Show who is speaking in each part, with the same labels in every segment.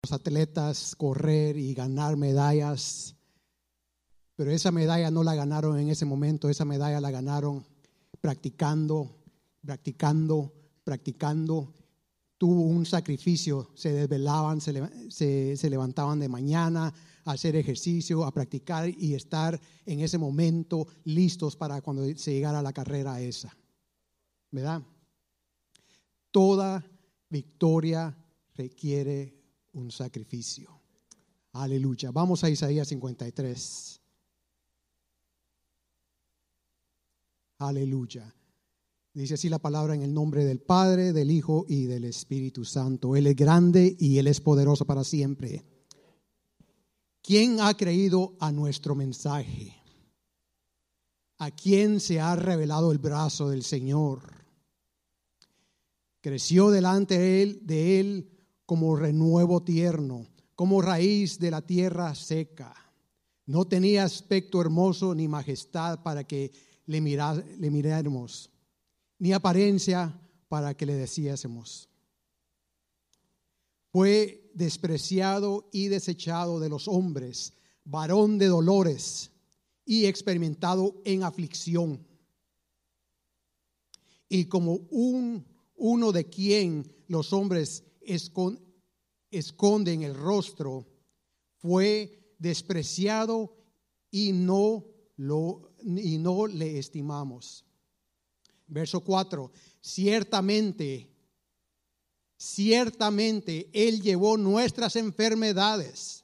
Speaker 1: los atletas correr y ganar medallas, pero esa medalla no la ganaron en ese momento, esa medalla la ganaron practicando. Tuvo un sacrificio, se desvelaban, se levantaban de mañana a hacer ejercicio, a practicar y estar en ese momento listos para cuando se llegara a la carrera esa, ¿verdad? Toda victoria requiere un sacrificio. Aleluya. Vamos a Isaías 53. Aleluya. Dice así la palabra: en el nombre del Padre, del Hijo y del Espíritu Santo. Él es grande y Él es poderoso para siempre. ¿Quién ha creído a nuestro mensaje? ¿A quién se ha revelado el brazo del Señor? Creció delante de él como renuevo tierno, como raíz de la tierra seca. No tenía aspecto hermoso ni majestad para que le miráramos, ni apariencia para que le deseásemos. Fue despreciado y desechado de los hombres, varón de dolores y experimentado en aflicción. Y como uno de quien los hombres esconden el rostro, fue despreciado y no le estimamos. Verso 4: ciertamente Él llevó nuestras enfermedades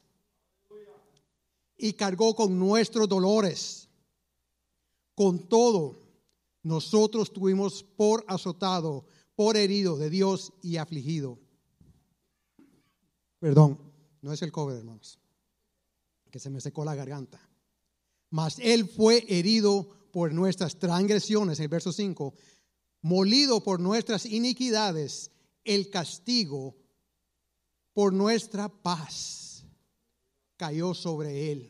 Speaker 1: y cargó con nuestros dolores. Con todo, nosotros tuvimos por azotado, por herido de Dios y afligido. Perdón, no es el cover, hermanos, que se me secó la garganta. Mas Él fue herido por nuestras transgresiones, el verso 5, molido por nuestras iniquidades, el castigo por nuestra paz cayó sobre Él.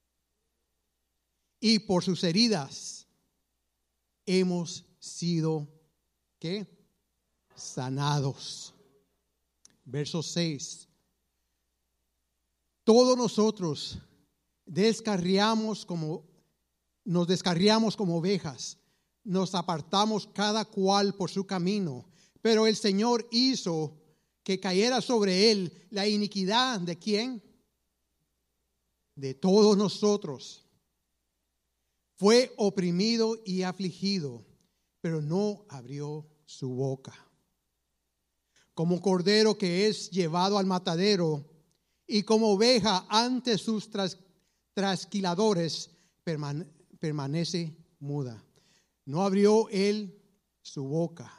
Speaker 1: Y por sus heridas hemos sido, ¿qué? Sanados. Verso 6. Todos nosotros nos descarriamos como ovejas, nos apartamos cada cual por su camino, pero el Señor hizo que cayera sobre él la iniquidad ¿de quién? De todos nosotros. Fue oprimido y afligido, pero no abrió su boca. Como cordero que es llevado al matadero, y como oveja ante sus trasquiladores, permanece muda. No abrió él su boca.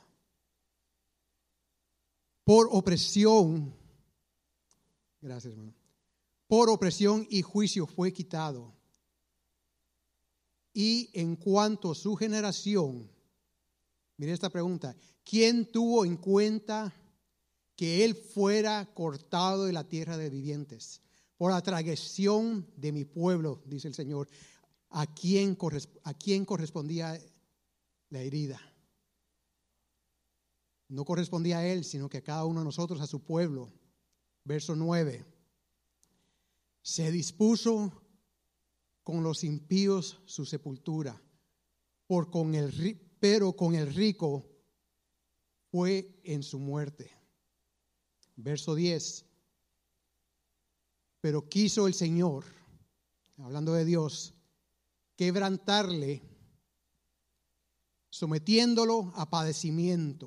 Speaker 1: Por opresión, gracias, hermano. Por opresión y juicio fue quitado. Y en cuanto a su generación, mire esta pregunta: ¿quién tuvo en cuenta que él fuera cortado de la tierra de vivientes? Por la transgresión de mi pueblo, dice el Señor. ¿A quién correspondía la herida? No correspondía a él, sino que a cada uno de nosotros, a su pueblo. Verso 9. Se dispuso con los impíos su sepultura, pero con el rico fue en su muerte. Verso 10. Pero quiso el Señor, hablando de Dios, quebrantarle, sometiéndolo a padecimiento.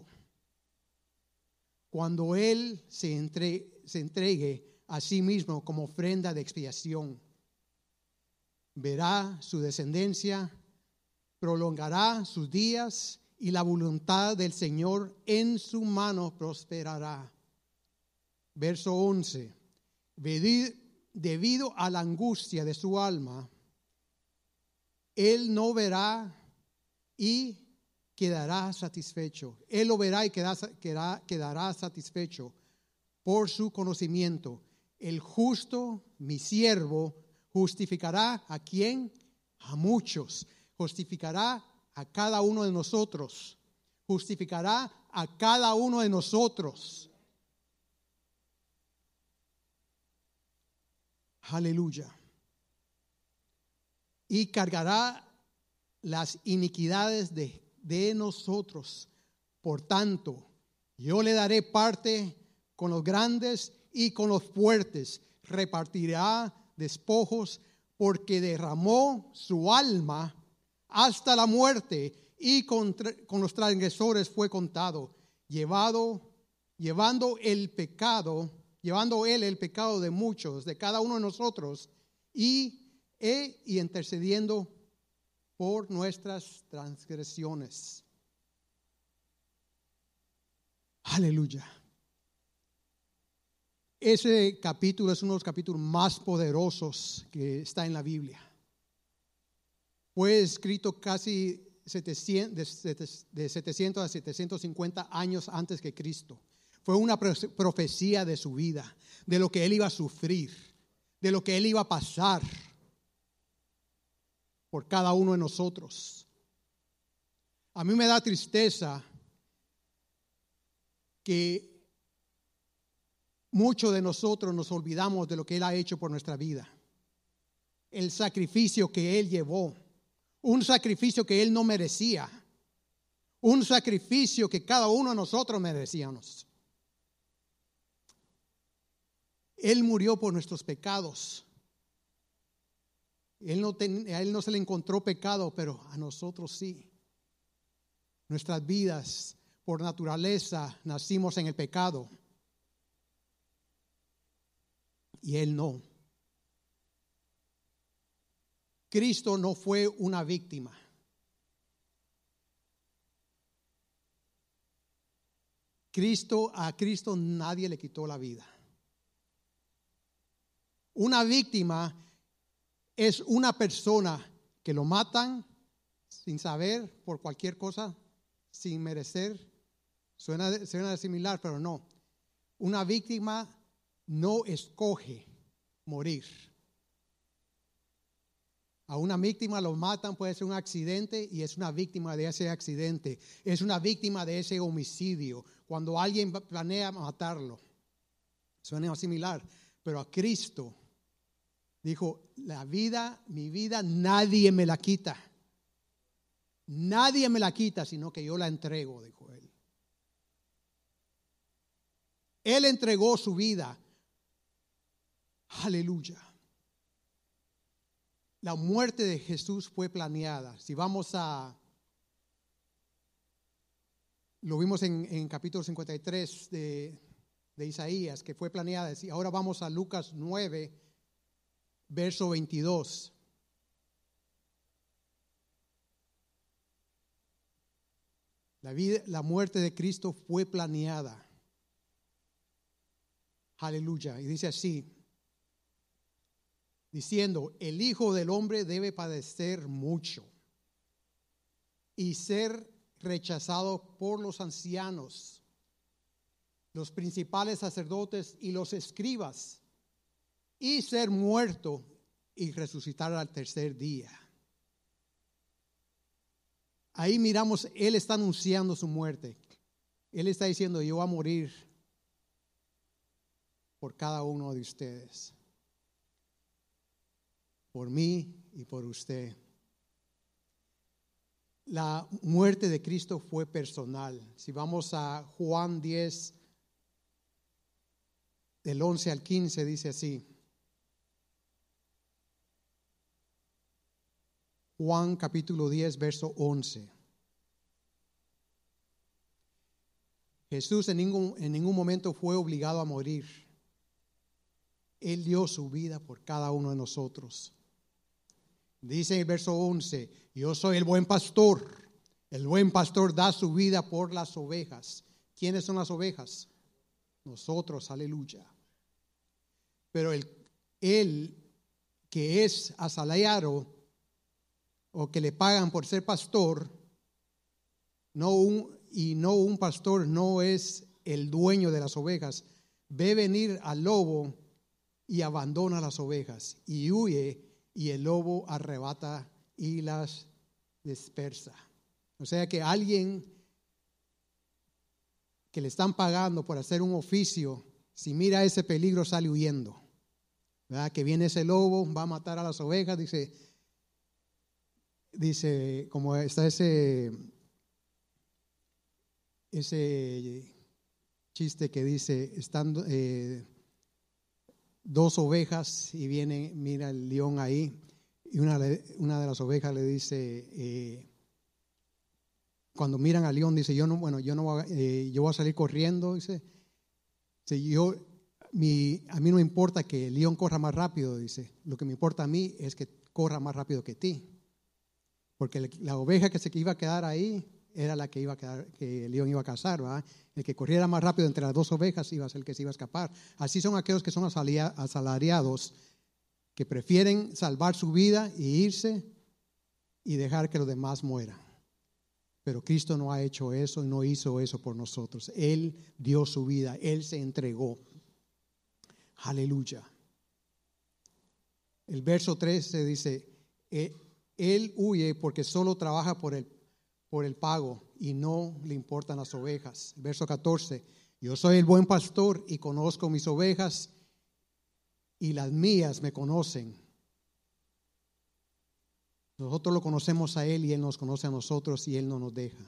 Speaker 1: Cuando él se entregue a sí mismo como ofrenda de expiación, verá su descendencia, prolongará sus días, y la voluntad del Señor en su mano prosperará. Verso 11. Debido a la angustia de su alma, él no verá y quedará satisfecho. Él lo verá y quedará satisfecho por su conocimiento. El justo, mi siervo, justificará ¿a quién? A muchos. Justificará a cada uno de nosotros. Justificará a cada uno de nosotros. Aleluya. Y cargará las iniquidades de nosotros. Por tanto, yo le daré parte con los grandes y con los fuertes. Repartirá despojos, porque derramó su alma hasta la muerte, y con los transgresores fue contado, llevando él el pecado de muchos, de cada uno de nosotros, y intercediendo por nuestras transgresiones. Aleluya. Ese capítulo es uno de los capítulos más poderosos que está en la Biblia. Fue escrito casi de 700 a 750 años antes que Cristo. Fue una profecía de su vida, de lo que él iba a sufrir, de lo que él iba a pasar por cada uno de nosotros. A mí me da tristeza que muchos de nosotros nos olvidamos de lo que él ha hecho por nuestra vida. El sacrificio que él llevó, un sacrificio que él no merecía, un sacrificio que cada uno de nosotros merecíamos. Él murió por nuestros pecados. A él no se le encontró pecado, pero a nosotros sí. Nuestras vidas, por naturaleza, nacimos en el pecado. Y él no. Cristo no fue una víctima. A Cristo nadie le quitó la vida. Una víctima es una persona que lo matan sin saber, por cualquier cosa, sin merecer. Suena similar, pero no. Una víctima no escoge morir. A una víctima lo matan, puede ser un accidente, y es una víctima de ese accidente. Es una víctima de ese homicidio, cuando alguien planea matarlo. Suena similar, pero a Cristo dijo: mi vida nadie me la quita. Nadie me la quita, sino que yo la entrego, dijo él. Él entregó su vida. Aleluya. La muerte de Jesús fue planeada. Si vamos lo vimos en capítulo 53 de Isaías, que fue planeada. Y ahora vamos a Lucas 9, verso 22. La muerte de Cristo fue planeada. Aleluya. Y dice así, diciendo: el Hijo del Hombre debe padecer mucho y ser rechazado por los ancianos, los principales sacerdotes y los escribas, y ser muerto y resucitar al tercer día. Ahí miramos, él está anunciando su muerte. Él está diciendo: yo voy a morir por cada uno de ustedes, por mí y por usted. La muerte de Cristo fue personal. Si vamos a Juan 10, del 11 al 15, dice así. Juan capítulo 10, verso 11. Jesús en ningún momento fue obligado a morir. Él dio su vida por cada uno de nosotros. Dice en el verso 11: yo soy el buen pastor. El buen pastor da su vida por las ovejas. ¿Quiénes son las ovejas? Nosotros, aleluya. Pero él que es asalariado, o que le pagan por ser pastor, no un pastor, no es el dueño de las ovejas, ve venir al lobo y abandona las ovejas y huye, y el lobo arrebata y las dispersa. O sea que alguien que le están pagando por hacer un oficio, si mira ese peligro, sale huyendo. ¿verdad? Que viene ese lobo, va a matar a las ovejas, dice como está ese chiste que dice, están dos ovejas y mira el león ahí, y una de las ovejas le dice, cuando miran al león, dice, yo voy a salir corriendo, dice, a mí no me importa que el león corra más rápido, dice, lo que me importa a mí es que corra más rápido que ti, porque la oveja que se iba a quedar ahí era la que que el león iba a cazar, ¿verdad? El que corriera más rápido entre las dos ovejas iba a ser el que se iba a escapar. Así son aquellos que son asalariados, que prefieren salvar su vida y irse y dejar que los demás mueran. Pero Cristo no ha hecho eso y no hizo eso por nosotros. Él dio su vida, Él se entregó. Aleluya. El verso 13 dice, Él huye porque solo trabaja por el pago y no le importan las ovejas. Verso 14, yo soy el buen pastor y conozco mis ovejas y las mías me conocen. Nosotros lo conocemos a Él y Él nos conoce a nosotros y Él no nos deja.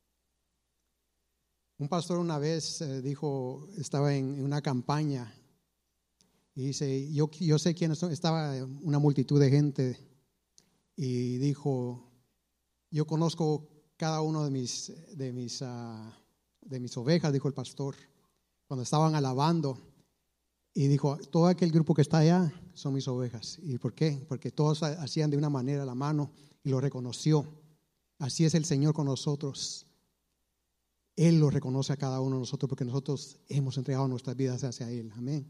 Speaker 1: Un pastor una vez dijo, estaba en una campaña y dice, yo sé quiénes son, estaba una multitud de gente y dijo, yo conozco cada uno de mis ovejas, dijo el pastor, cuando estaban alabando, y dijo, todo aquel grupo que está allá son mis ovejas. ¿Y por qué? Porque todos hacían de una manera la mano y lo reconoció. Así es el Señor con nosotros. Él lo reconoce a cada uno de nosotros porque nosotros hemos entregado nuestras vidas hacia Él. Amén.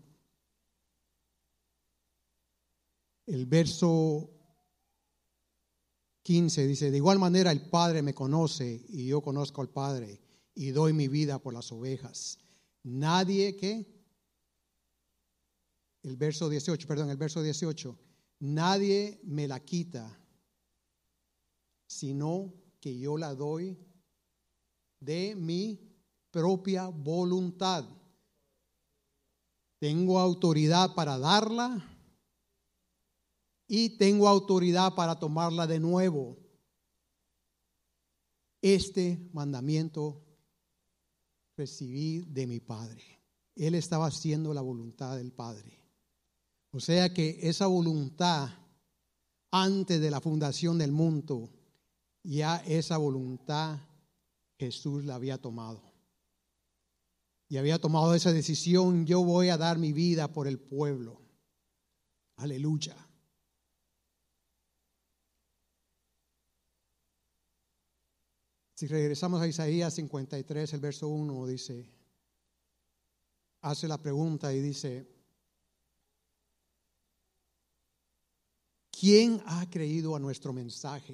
Speaker 1: El verso 15 dice, de igual manera el Padre me conoce y yo conozco al Padre y doy mi vida por las ovejas. Nadie que, el verso 18, nadie me la quita, sino que yo la doy de mi propia voluntad. Tengo autoridad para darla y tengo autoridad para tomarla de nuevo. Este mandamiento recibí de mi Padre. Él estaba haciendo la voluntad del Padre. O sea que esa voluntad, antes de la fundación del mundo, ya esa voluntad Jesús la había tomado. Y había tomado esa decisión, yo voy a dar mi vida por el pueblo. Aleluya. Si regresamos a Isaías 53, el verso 1 dice, hace la pregunta y dice, ¿quién ha creído a nuestro mensaje?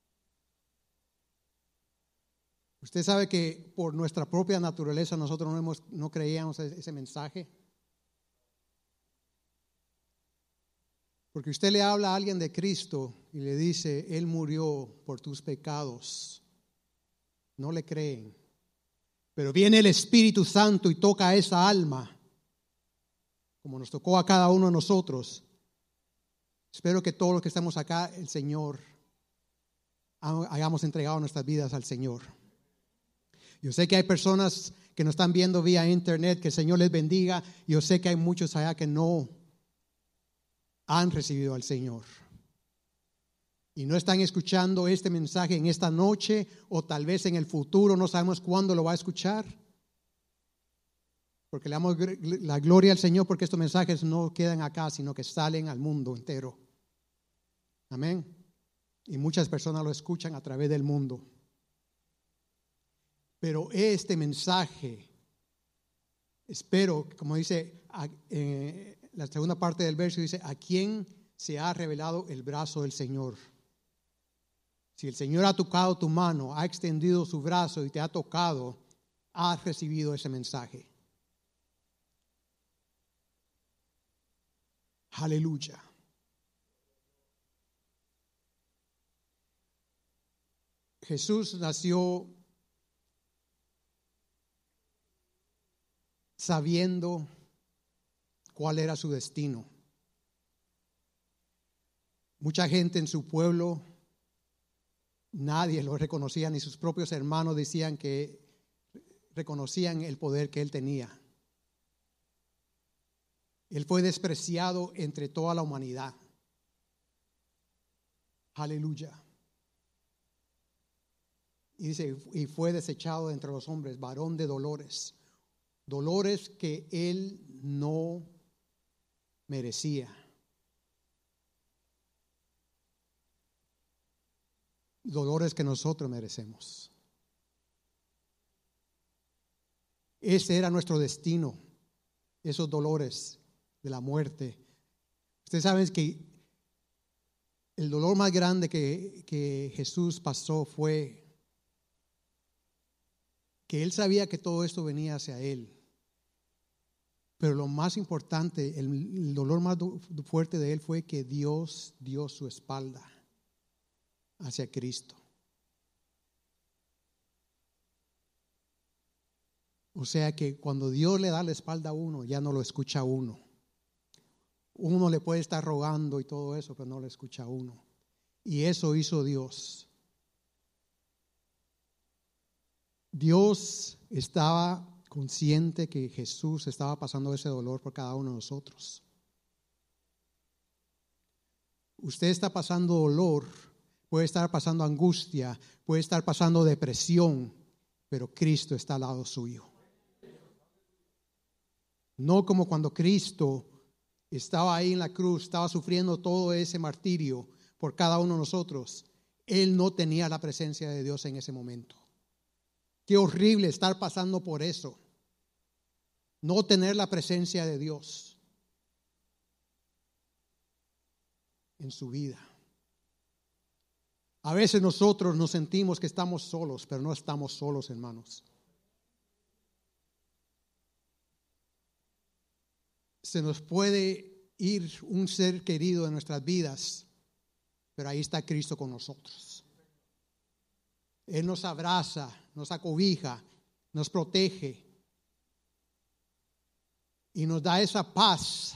Speaker 1: Usted sabe que por nuestra propia naturaleza nosotros no creíamos ese mensaje. Porque usted le habla a alguien de Cristo y le dice, Él murió por tus pecados. No le creen. Pero viene el Espíritu Santo y toca a esa alma, como nos tocó a cada uno de nosotros. Espero que todos los que estamos acá, el Señor, hayamos entregado nuestras vidas al Señor. Yo sé que hay personas que nos están viendo vía internet, que el Señor les bendiga. Yo sé que hay muchos allá que no han recibido al Señor y no están escuchando este mensaje en esta noche o tal vez en el futuro, no sabemos cuándo lo va a escuchar. Porque le damos la gloria al Señor porque estos mensajes no quedan acá, sino que salen al mundo entero. Amén. Y muchas personas lo escuchan a través del mundo. Pero este mensaje, espero, como dice la segunda parte del verso, dice, ¿a quién se ha revelado el brazo del Señor? Si el Señor ha tocado tu mano, ha extendido su brazo y te ha tocado, has recibido ese mensaje. Aleluya. Jesús nació sabiendo cuál era su destino. Mucha gente en su pueblo, nadie lo reconocía, ni sus propios hermanos decían que reconocían el poder que él tenía. Él fue despreciado entre toda la humanidad. Aleluya. Y dice, y fue desechado entre los hombres, varón de dolores. Dolores que él no merecía. Dolores que nosotros merecemos. Ese era nuestro destino, esos dolores de la muerte. Ustedes saben que el dolor más grande que Jesús pasó fue que él sabía que todo esto venía hacia él. Pero lo más importante, el dolor más fuerte de él fue que Dios dio su espalda hacia Cristo. O sea que cuando Dios le da la espalda a uno, ya no lo escucha a uno. Uno le puede estar rogando y todo eso, pero no lo escucha a uno. Y eso hizo Dios. Dios estaba consciente que Jesús estaba pasando ese dolor por cada uno de nosotros. Usted está pasando dolor, puede estar pasando angustia, puede estar pasando depresión, pero Cristo está al lado suyo. No como cuando Cristo estaba ahí en la cruz, estaba sufriendo todo ese martirio por cada uno de nosotros. Él no tenía la presencia de Dios en ese momento. Qué horrible estar pasando por eso. No tener la presencia de Dios en su vida. A veces nosotros nos sentimos que estamos solos, pero no estamos solos, hermanos. Se nos puede ir un ser querido de nuestras vidas, pero ahí está Cristo con nosotros. Él nos abraza, nos acobija, nos protege y nos da esa paz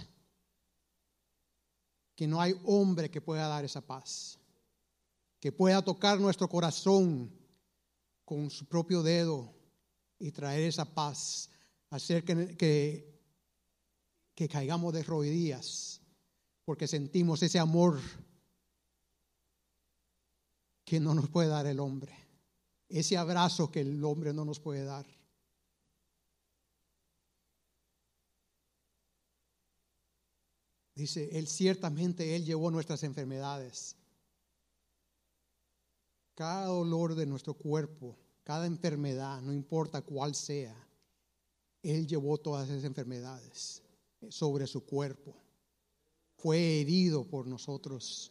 Speaker 1: que no hay hombre que pueda dar esa paz, que pueda tocar nuestro corazón con su propio dedo y traer esa paz, hacer que caigamos de rodillas porque sentimos ese amor que no nos puede dar el hombre, ese abrazo que el hombre no nos puede dar. Dice, Él ciertamente, Él llevó nuestras enfermedades. Cada dolor de nuestro cuerpo, cada enfermedad, no importa cuál sea, Él llevó todas esas enfermedades sobre su cuerpo. Fue herido por nosotros.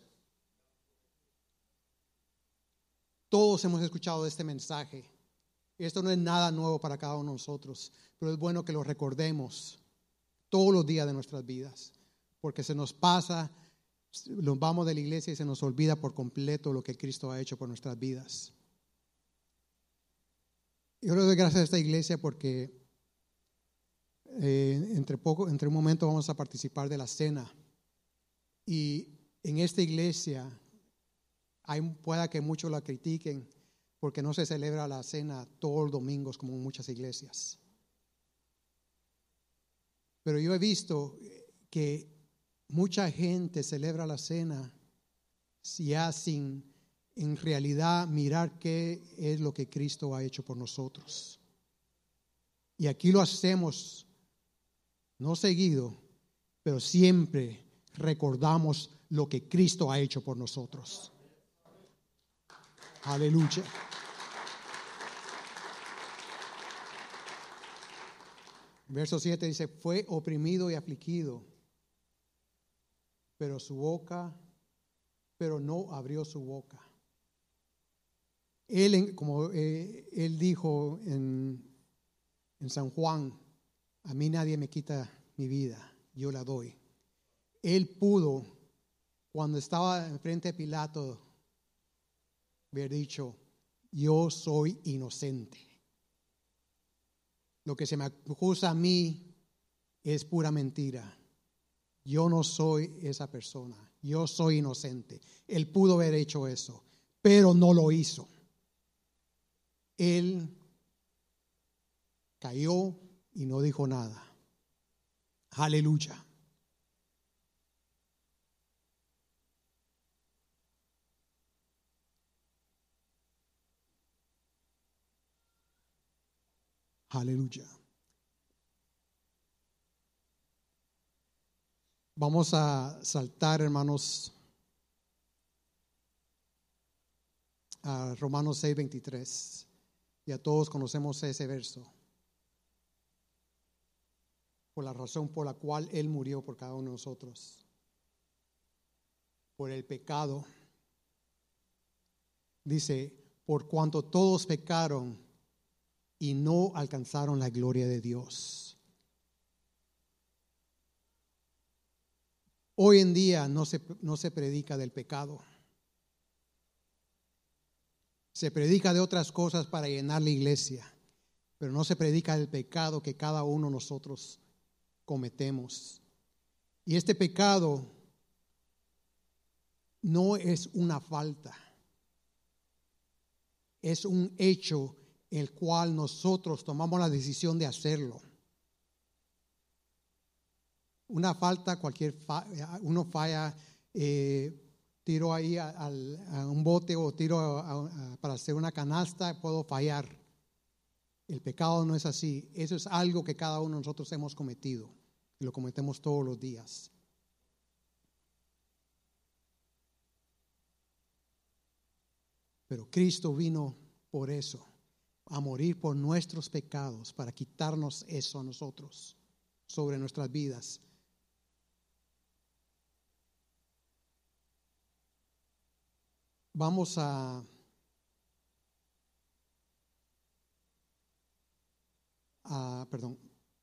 Speaker 1: Todos hemos escuchado este mensaje. Esto no es nada nuevo para cada uno de nosotros, pero es bueno que lo recordemos todos los días de nuestras vidas, porque se nos pasa, nos vamos de la iglesia y se nos olvida por completo lo que Cristo ha hecho por nuestras vidas. Yo le doy gracias a esta iglesia porque entre un momento vamos a participar de la cena, y en esta iglesia pueda que muchos la critiquen porque no se celebra la cena todos los domingos como en muchas iglesias. Pero yo he visto que mucha gente celebra la cena ya sin en realidad mirar qué es lo que Cristo ha hecho por nosotros. Y aquí lo hacemos, no seguido, pero siempre recordamos lo que Cristo ha hecho por nosotros. Aleluya. Verso 7 dice, fue oprimido y afligido, pero no abrió su boca. Él, como él dijo en San Juan, a mí nadie me quita mi vida, yo la doy. Él pudo, cuando estaba enfrente de Pilato, haber dicho, yo soy inocente. Lo que se me acusa a mí es pura mentira. yo no soy esa persona, yo soy inocente. Él pudo haber hecho eso, pero no lo hizo. Él cayó y no dijo nada. Aleluya. Aleluya. Vamos a saltar, hermanos, a Romanos 6:23. Ya todos conocemos ese verso. Por la razón por la cual Él murió por cada uno de nosotros. Por el pecado. Dice, por cuanto todos pecaron y no alcanzaron la gloria de Dios. Hoy en día no se predica del pecado. Se predica de otras cosas para llenar la iglesia, pero no se predica del pecado que cada uno de nosotros cometemos. Y este pecado no es una falta, es un hecho el cual nosotros tomamos la decisión de hacerlo. Una falta, uno falla, tiro ahí a un bote o tiro para hacer una canasta, puedo fallar. El pecado no es así. Eso es algo que cada uno de nosotros hemos cometido y lo cometemos todos los días. Pero Cristo vino por eso, a morir por nuestros pecados, para quitarnos eso a nosotros, sobre nuestras vidas. Vamos perdón.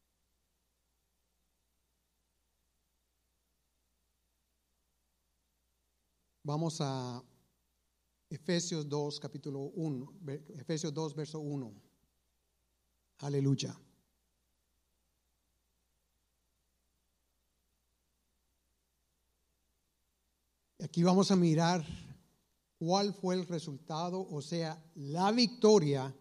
Speaker 1: Vamos a Efesios 2, capítulo 1, Efesios 2, verso 1. Aleluya. Aquí vamos a mirar cuál fue el resultado, o sea, la victoria.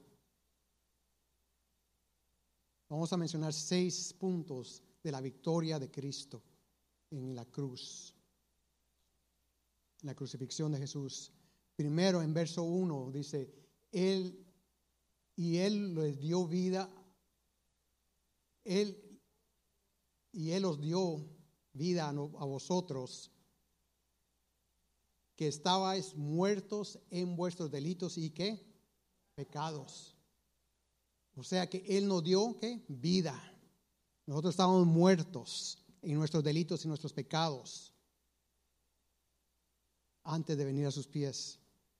Speaker 1: Vamos a mencionar 6 puntos de la victoria de Cristo en la cruz, en la crucifixión de Jesús. Primero, en verso 1 dice, Él les dio vida, Él os dio vida a vosotros, que estabais muertos en vuestros delitos y ¿qué? Pecados. O sea que Él nos dio ¿qué? Vida. Nosotros estábamos muertos en nuestros delitos y nuestros pecados antes de venir a sus pies.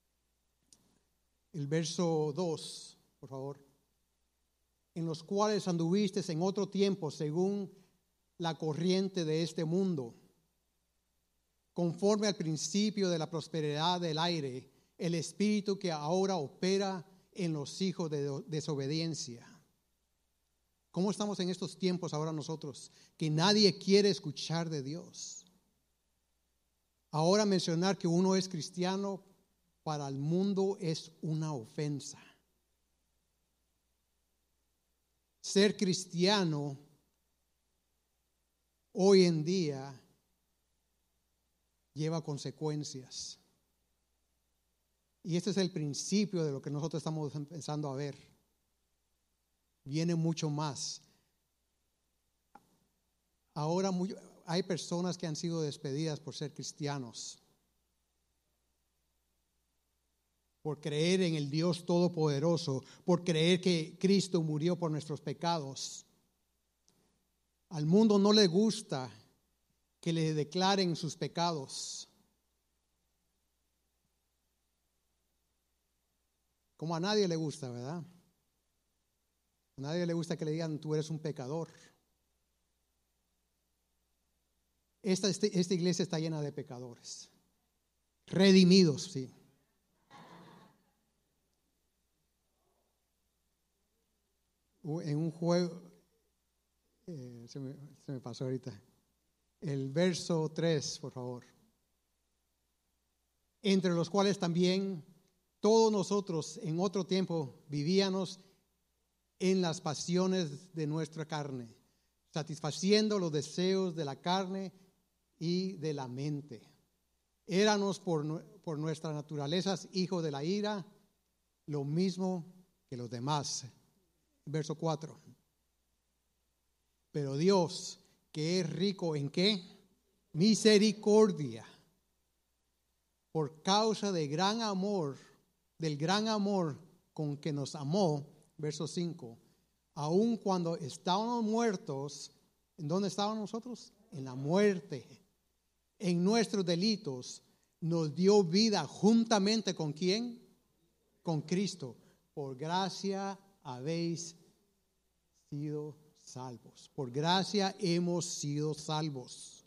Speaker 1: El verso 2, por favor. En los cuales anduvisteis en otro tiempo según la corriente de este mundo, conforme al principio de la prosperidad del aire, el espíritu que ahora opera en los hijos de desobediencia. ¿Cómo estamos en estos tiempos ahora nosotros? Que nadie quiere escuchar de Dios. Ahora mencionar que uno es cristiano para el mundo es una ofensa. Ser cristiano hoy en día lleva consecuencias. Y este es el principio de lo que nosotros estamos empezando a ver. Viene mucho más. Ahora hay personas que han sido despedidas por ser cristianos, por creer en el Dios Todopoderoso, por creer que Cristo murió por nuestros pecados. Al mundo no le gusta que le declaren sus pecados. Como a nadie le gusta, ¿verdad? A nadie le gusta que le digan, tú eres un pecador. Esta iglesia está llena de pecadores. Redimidos, sí. En un juego, se me pasó ahorita. el verso 3, por favor. Entre los cuales también todos nosotros en otro tiempo vivíamos en las pasiones de nuestra carne, satisfaciendo los deseos de la carne y de la mente. Éramos por nuestras naturalezas hijos de la ira, lo mismo que los demás. Verso 4. Pero Dios, que es rico en ¿qué? Misericordia, por causa del gran amor con que nos amó, verso 5, aun cuando estábamos muertos, ¿en dónde estábamos nosotros? En la muerte, en nuestros delitos, nos dio vida juntamente ¿con quién? Con Cristo. Por gracia habéis sido salvos. Por gracia hemos sido salvos.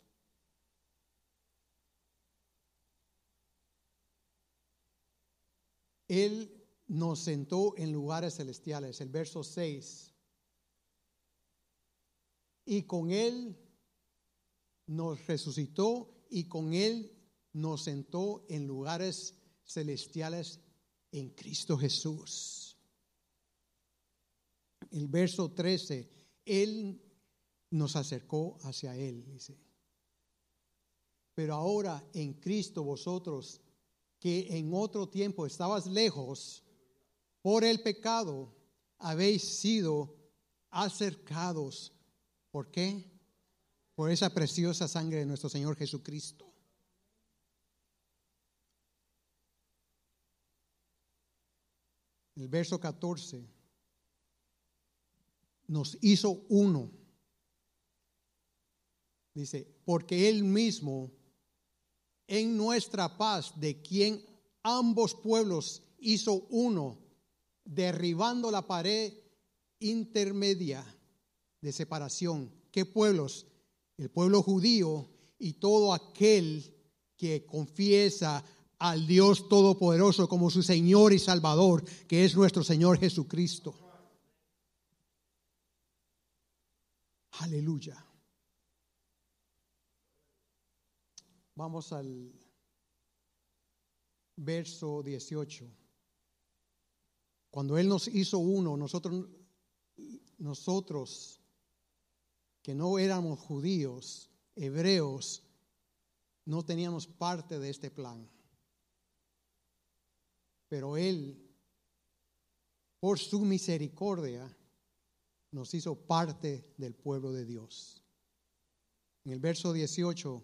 Speaker 1: Él nos sentó en lugares celestiales, el verso 6. Y con Él nos resucitó y con Él nos sentó en lugares celestiales en Cristo Jesús. El verso 13, Él nos acercó hacia Él, dice. Pero ahora en Cristo vosotros, que en otro tiempo estabas lejos por el pecado, habéis sido acercados. ¿Por qué? Por esa preciosa sangre de nuestro Señor Jesucristo. El verso 14 nos hizo uno. Dice, porque Él mismo en nuestra paz, de quien ambos pueblos hizo uno, derribando la pared intermedia de separación. ¿Qué pueblos? El pueblo judío y todo aquel que confiesa al Dios Todopoderoso como su Señor y Salvador, que es nuestro Señor Jesucristo. Aleluya. Vamos al verso 18. Cuando Él nos hizo uno, nosotros que no éramos judíos, hebreos, no teníamos parte de este plan. Pero Él, por su misericordia, nos hizo parte del pueblo de Dios. En el verso 18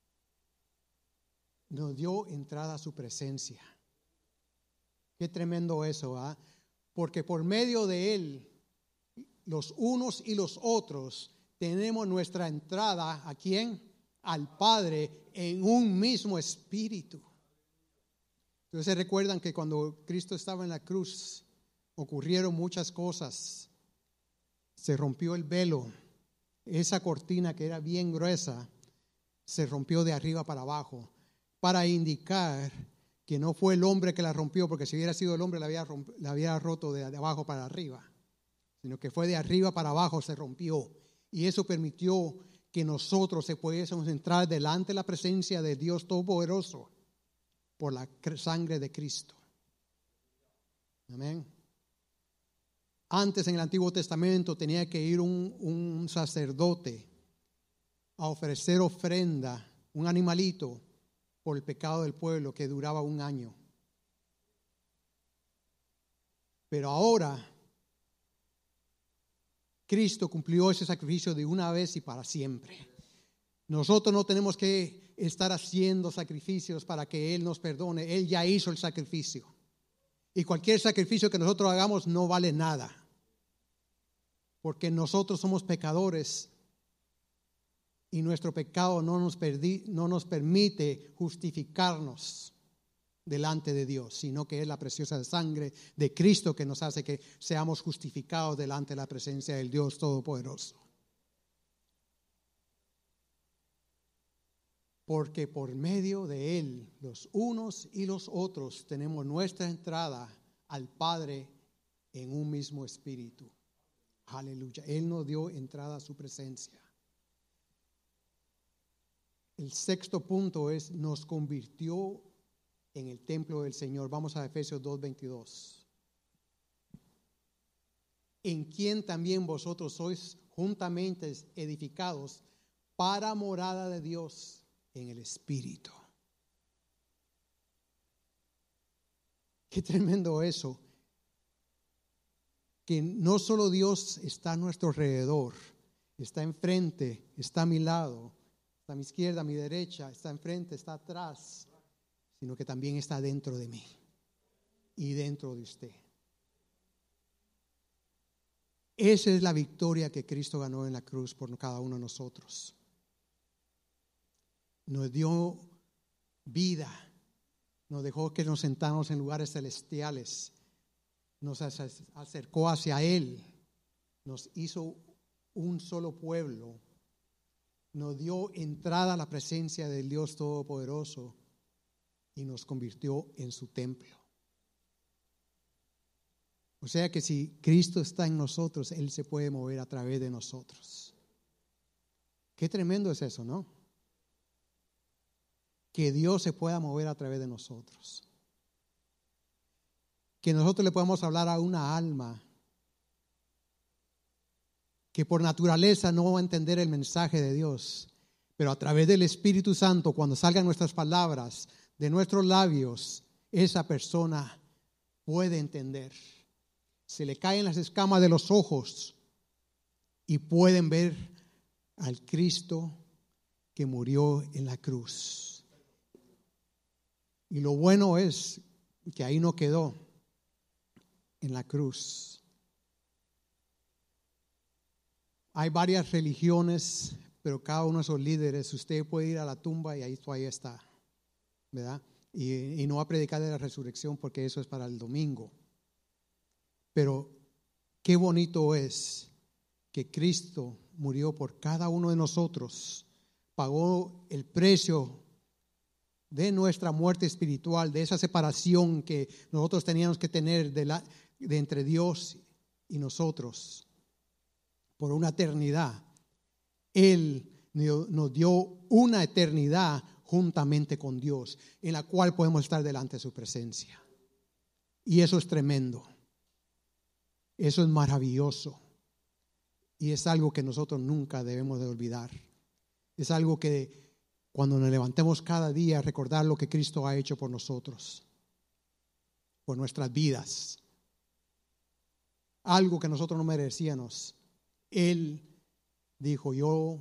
Speaker 1: nos dio entrada a su presencia. Qué tremendo eso, ¿ah? Porque por medio de Él, los unos y los otros, tenemos nuestra entrada, ¿a quién? Al Padre, en un mismo espíritu. Entonces recuerdan que cuando Cristo estaba en la cruz, ocurrieron muchas cosas. Se rompió el velo, esa cortina que era bien gruesa, se rompió de arriba para abajo, para indicar que no fue el hombre que la rompió, porque si hubiera sido el hombre la había roto de abajo para arriba, sino que fue de arriba para abajo, se rompió. Y eso permitió que nosotros se pudiésemos entrar delante de la presencia de Dios Todopoderoso por la sangre de Cristo. Amén. Antes en el Antiguo Testamento tenía que ir un sacerdote a ofrecer ofrenda, un animalito, por el pecado del pueblo que duraba 1 año. Pero ahora Cristo cumplió ese sacrificio de una vez y para siempre. Nosotros no tenemos que estar haciendo sacrificios para que Él nos perdone. Él ya hizo el sacrificio. Y cualquier sacrificio que nosotros hagamos no vale nada. Porque nosotros somos pecadores y nuestro pecado no nos permite justificarnos delante de Dios, sino que es la preciosa sangre de Cristo que nos hace que seamos justificados delante de la presencia del Dios Todopoderoso. Porque por medio de Él, los unos y los otros, tenemos nuestra entrada al Padre en un mismo espíritu. Aleluya. Él nos dio entrada a su presencia. El sexto punto es, nos convirtió en el templo del Señor. Vamos a Efesios 2:22. En quien también vosotros sois juntamente edificados para morada de Dios en el Espíritu. Qué tremendo eso. Que no solo Dios está a nuestro alrededor, está enfrente, está a mi lado, está a mi izquierda, a mi derecha, está enfrente, está atrás, sino que también está dentro de mí y dentro de usted. Esa es la victoria que Cristo ganó en la cruz por cada uno de nosotros. Nos dio vida, nos dejó que nos sentáramos en lugares celestiales, nos acercó hacia Él, nos hizo un solo pueblo, nos dio entrada a la presencia del Dios Todopoderoso y nos convirtió en su templo. O sea que si Cristo está en nosotros, Él se puede mover a través de nosotros. Qué tremendo es eso, ¿no? Que Dios se pueda mover a través de nosotros. Que nosotros le podamos hablar a una alma que por naturaleza no va a entender el mensaje de Dios, pero a través del Espíritu Santo, cuando salgan nuestras palabras de nuestros labios, esa persona puede entender. Se le caen las escamas de los ojos y pueden ver al Cristo que murió en la cruz. Y lo bueno es que ahí no quedó, en la cruz. Hay varias religiones, pero cada uno de esos líderes, usted puede ir a la tumba y ahí está, ¿verdad? Y no va a predicar de la resurrección porque eso es para el domingo. Pero qué bonito es que Cristo murió por cada uno de nosotros, pagó el precio de nuestra muerte espiritual, de esa separación que nosotros teníamos que tener de entre Dios y nosotros por una eternidad. Él nos dio una eternidad juntamente con Dios, en la cual podemos estar delante de su presencia. Y eso es tremendo. Eso es maravilloso. Y es algo que nosotros nunca debemos de olvidar. Es algo que cuando nos levantemos cada día, recordar lo que Cristo ha hecho por nosotros, por nuestras vidas. Algo que nosotros no merecíamos. Él dijo, yo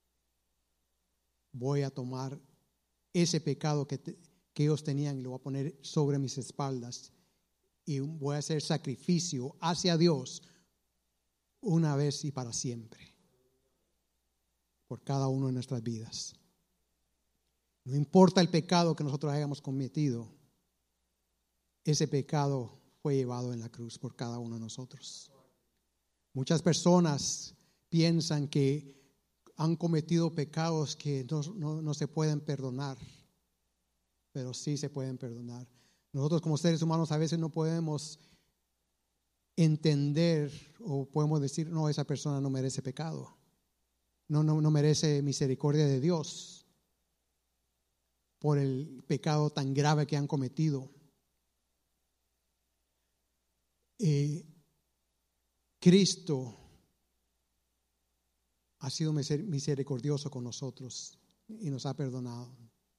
Speaker 1: voy a tomar ese pecado que ellos tenían y lo voy a poner sobre mis espaldas. Y voy a hacer sacrificio hacia Dios una vez y para siempre. Por cada uno de nuestras vidas. No importa el pecado que nosotros hayamos cometido, ese pecado fue llevado en la cruz por cada uno de nosotros. Muchas personas piensan que han cometido pecados que no se pueden perdonar, pero sí se pueden perdonar. Nosotros como seres humanos a veces no podemos entender o podemos decir, no, esa persona no merece pecado, no merece misericordia de Dios por el pecado tan grave que han cometido. Cristo ha sido misericordioso con nosotros y nos ha perdonado.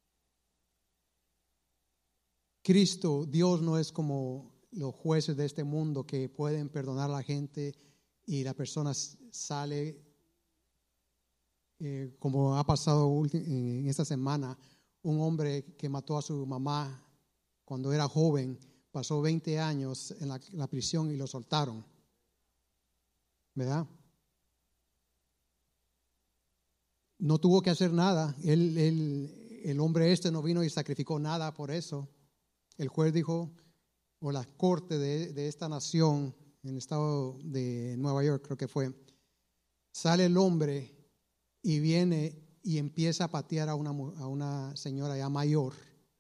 Speaker 1: Cristo, Dios no es como los jueces de este mundo que pueden perdonar a la gente y la persona sale, como ha pasado en esta semana. Un hombre que mató a su mamá cuando era joven, pasó 20 años en la prisión y lo soltaron, ¿verdad? No tuvo que hacer nada. El hombre no vino y sacrificó nada por eso. El juez dijo, o la corte de esta nación, en el estado de Nueva York creo que fue, sale el hombre y viene y empieza a patear a una señora ya mayor.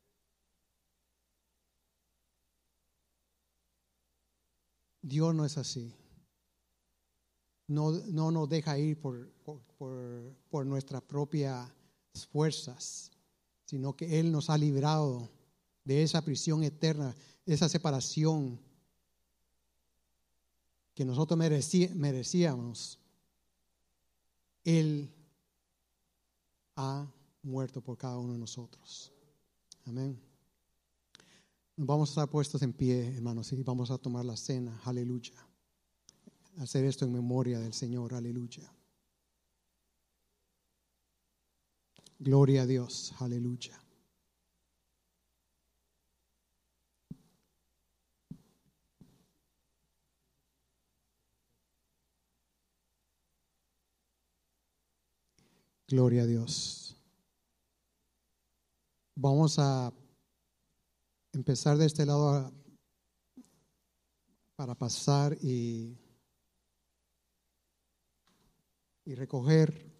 Speaker 1: Dios no es así. No nos deja ir por nuestra propia fuerzas, sino que Él nos ha librado de esa prisión eterna, esa separación que nosotros merecíamos. Él ha muerto por cada uno de nosotros. Amén. Nos vamos a estar puestos en pie, hermanos, y vamos a tomar la cena. Aleluya. Hacer esto en memoria del Señor. Aleluya. Gloria a Dios. Aleluya. Gloria a Dios. Vamos a empezar de este lado para pasar y recoger